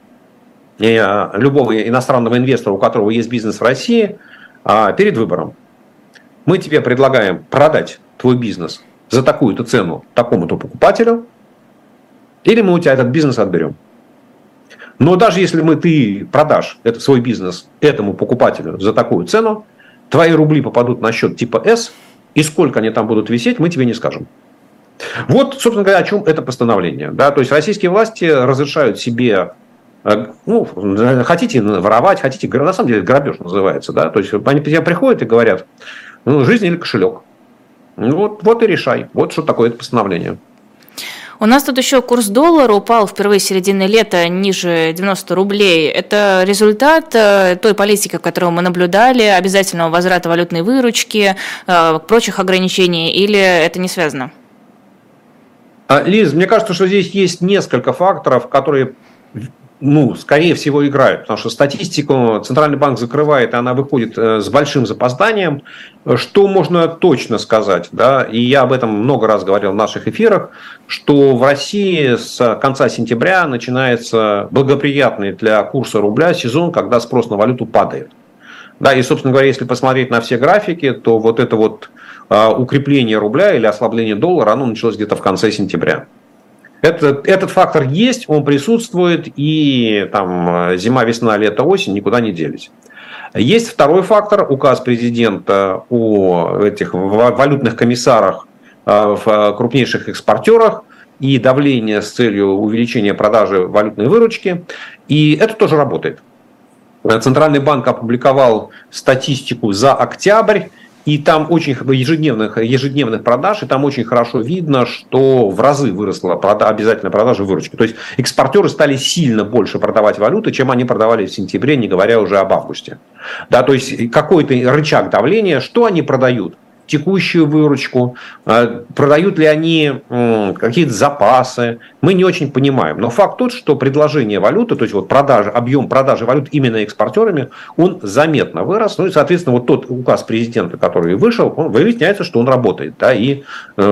иностранного инвестора, у которого есть бизнес в России, перед выбором. Мы тебе предлагаем продать твой бизнес за такую-то цену такому-то покупателю, или мы у тебя этот бизнес отберем. Но даже если ты продашь свой бизнес этому покупателю за такую цену, твои рубли попадут на счет типа С, и сколько они там будут висеть, мы тебе не скажем. Вот, собственно говоря, о чем это постановление. Да? То есть российские власти разрешают себе, хотите воровать, хотите, на самом деле грабеж называется. Да? То есть они приходят и говорят: жизнь или кошелек. Вот и решай. Вот что такое это постановление. У нас тут еще курс доллара упал впервые с середины лета ниже 90 рублей. Это результат той политики, которую мы наблюдали, обязательного возврата валютной выручки, прочих ограничений, или это не связано? Лиз, мне кажется, что здесь есть несколько факторов, которые, скорее всего, играют. Потому что статистику Центральный банк закрывает, и она выходит с большим запозданием. Что можно точно сказать, да, и я об этом много раз говорил в наших эфирах, что в России с конца сентября начинается благоприятный для курса рубля сезон, когда спрос на валюту падает. Да, и, собственно говоря, если посмотреть на все графики, то укрепление рубля или ослабление доллара, оно началось где-то в конце сентября. Этот фактор есть, он присутствует, и зима, весна, лето, осень никуда не делись. Есть второй фактор, указ президента о этих валютных комиссарах в крупнейших экспортерах и давление с целью увеличения продажи валютной выручки, и это тоже работает. Центральный банк опубликовал статистику за октябрь, и там очень ежедневных продаж, и там очень хорошо видно, что в разы выросла обязательная продажа выручки. То есть экспортеры стали сильно больше продавать валюты, чем они продавали в сентябре, не говоря уже об августе. Да, то есть какой-то рычаг давления, что они продают? Текущую выручку, продают ли они какие-то запасы, мы не очень понимаем. Но факт тот, что предложение валюты, то есть объем продажи валют именно экспортерами, он заметно вырос. Ну и, соответственно, тот указ президента, который вышел, выясняется, что он работает. Да, и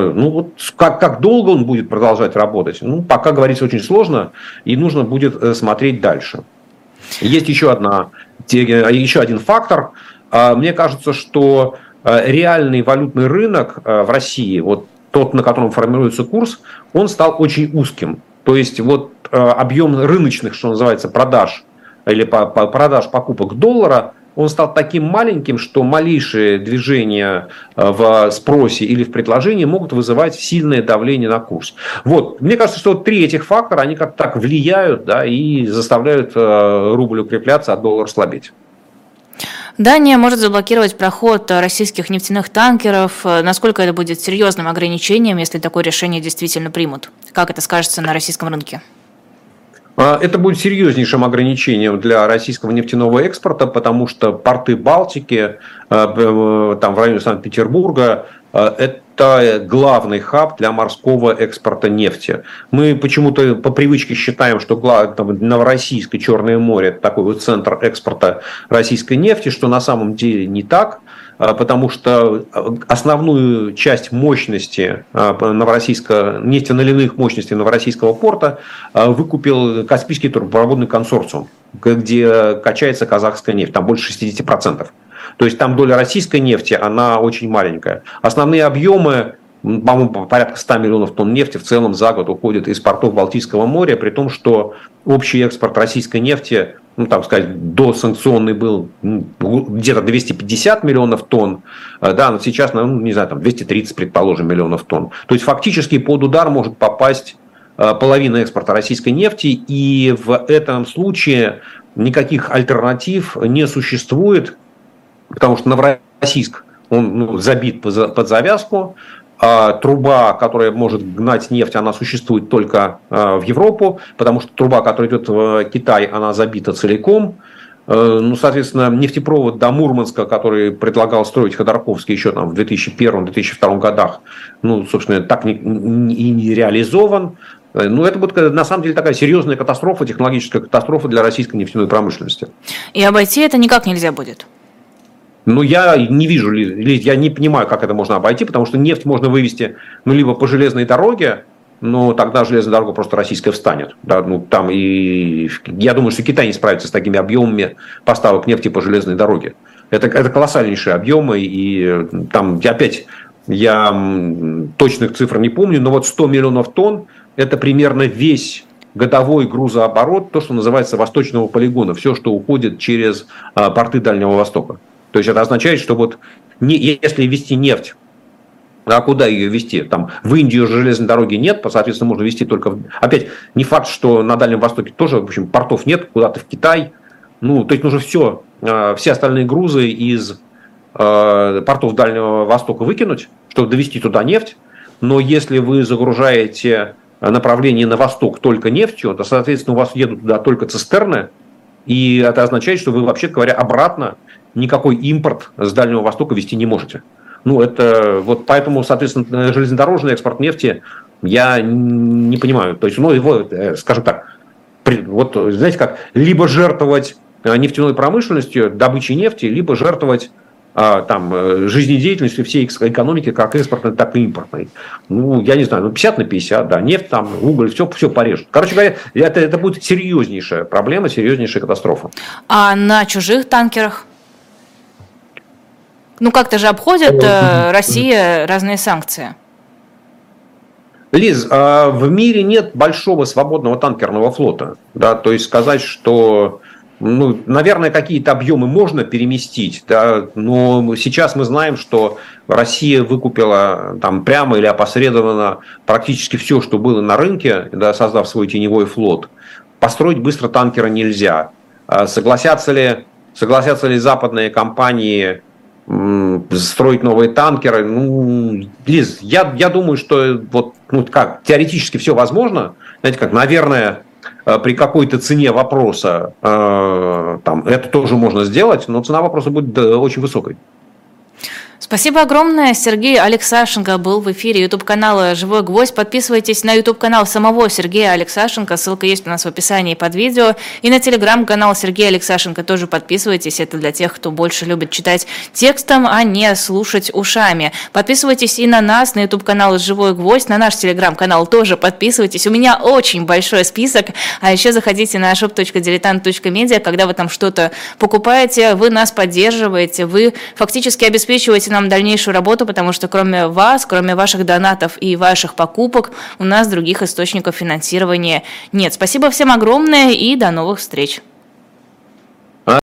как долго он будет продолжать работать, пока говорить очень сложно, и нужно будет смотреть дальше. Есть еще один фактор. Мне кажется, что реальный валютный рынок в России, тот, на котором формируется курс, он стал очень узким. То есть вот объем рыночных, что называется, продаж или продаж покупок доллара, он стал таким маленьким, что малейшие движения в спросе или в предложении могут вызывать сильное давление на курс. Вот. Мне кажется, что вот 3 этих фактора, они как-то так влияют, да, и заставляют рубль укрепляться, а доллар слабеть. Дания может заблокировать проход российских нефтяных танкеров. Насколько это будет серьезным ограничением, если такое решение действительно примут? Как это скажется на российском рынке? Это будет серьезнейшим ограничением для российского нефтяного экспорта, потому что порты Балтики, там в районе Санкт-Петербурга, это главный хаб для морского экспорта нефти. Мы почему-то по привычке считаем, что Новороссийск и Черное море – это такой вот центр экспорта российской нефти, что на самом деле не так. Потому что основную часть мощности нефтеналивных мощностей Новороссийского порта выкупил Каспийский трубопроводный консорциум, где качается казахская нефть, там больше 60%. То есть там доля российской нефти, она очень маленькая. Основные объемы, по-моему, порядка 100 миллионов тонн нефти в целом за год уходит из портов Балтийского моря, при том, что общий экспорт российской нефти, досанкционный был где-то 250 миллионов тонн, да, но сейчас, не знаю, 230, предположим, миллионов тонн. То есть фактически под удар может попасть половина экспорта российской нефти, и в этом случае никаких альтернатив не существует, потому что Новороссийск, он забит под завязку. Труба, которая может гнать нефть, она существует только в Европу, потому что труба, которая идет в Китай, она забита целиком. Соответственно, нефтепровод до Мурманска, который предлагал строить Ходорковский еще в 2001-2002 годах, собственно, так и не реализован. Это будет, на самом деле, такая серьезная катастрофа, технологическая катастрофа для российской нефтяной промышленности. И обойти это никак нельзя будет? Я не вижу, я не понимаю, как это можно обойти, потому что нефть можно вывести либо по железной дороге, но тогда железная дорога просто российская встанет. Да, я думаю, что Китай не справится с такими объемами поставок нефти по железной дороге. Это колоссальнейшие объемы, и там опять я точных цифр не помню, но 100 миллионов тонн – это примерно весь годовой грузооборот, то, что называется восточного полигона, все, что уходит через порты Дальнего Востока. То есть это означает, что если везти нефть, а куда ее везти? В Индию железной дороги нет, соответственно, можно везти только... Опять, не факт, что на Дальнем Востоке тоже, в общем, портов нет, куда-то в Китай. То есть нужно все остальные грузы из портов Дальнего Востока выкинуть, чтобы довезти туда нефть. Но если вы загружаете направление на восток только нефтью, то, соответственно, у вас едут туда только цистерны, и это означает, что вы, вообще говоря, обратно никакой импорт с Дальнего Востока вести не можете. Поэтому, соответственно, железнодорожный экспорт нефти я не понимаю. То есть, скажем так, знаете как, либо жертвовать нефтяной промышленностью, добычей нефти, либо жертвовать жизнедеятельностью всей экономики, как экспортной, так и импортной. Я не знаю, 50 на 50, да, нефть, уголь, все порежут. Короче говоря, это будет серьезнейшая проблема, серьезнейшая катастрофа. А на чужих танкерах? Как-то же обходит Россия разные санкции. Лиз, в мире нет большого свободного танкерного флота. Да? То есть сказать, что, наверное, какие-то объемы можно переместить, да? Но сейчас мы знаем, что Россия выкупила прямо или опосредованно практически все, что было на рынке, да, создав свой теневой флот. Построить быстро танкера нельзя. Согласятся ли западные компании строить новые танкеры? Лиз, я думаю, что теоретически все возможно. Знаете как, наверное, при какой-то цене вопроса это тоже можно сделать, но цена вопроса будет очень высокой. Спасибо огромное. Сергей Алексашенко был в эфире YouTube-канала «Живой гвоздь». Подписывайтесь на YouTube-канал самого Сергея Алексашенко. Ссылка есть у нас в описании под видео. И на Telegram-канал Сергея Алексашенко тоже подписывайтесь. Это для тех, кто больше любит читать текстом, а не слушать ушами. Подписывайтесь и на нас, на YouTube-канал «Живой гвоздь». На наш Telegram-канал тоже подписывайтесь. У меня очень большой список. А еще заходите на shop.diletant.media. Когда вы там что-то покупаете, вы нас поддерживаете. Вы фактически обеспечиваете поддерживайте нам дальнейшую работу, потому что кроме вас, кроме ваших донатов и ваших покупок, у нас других источников финансирования нет. Спасибо всем огромное и до новых встреч.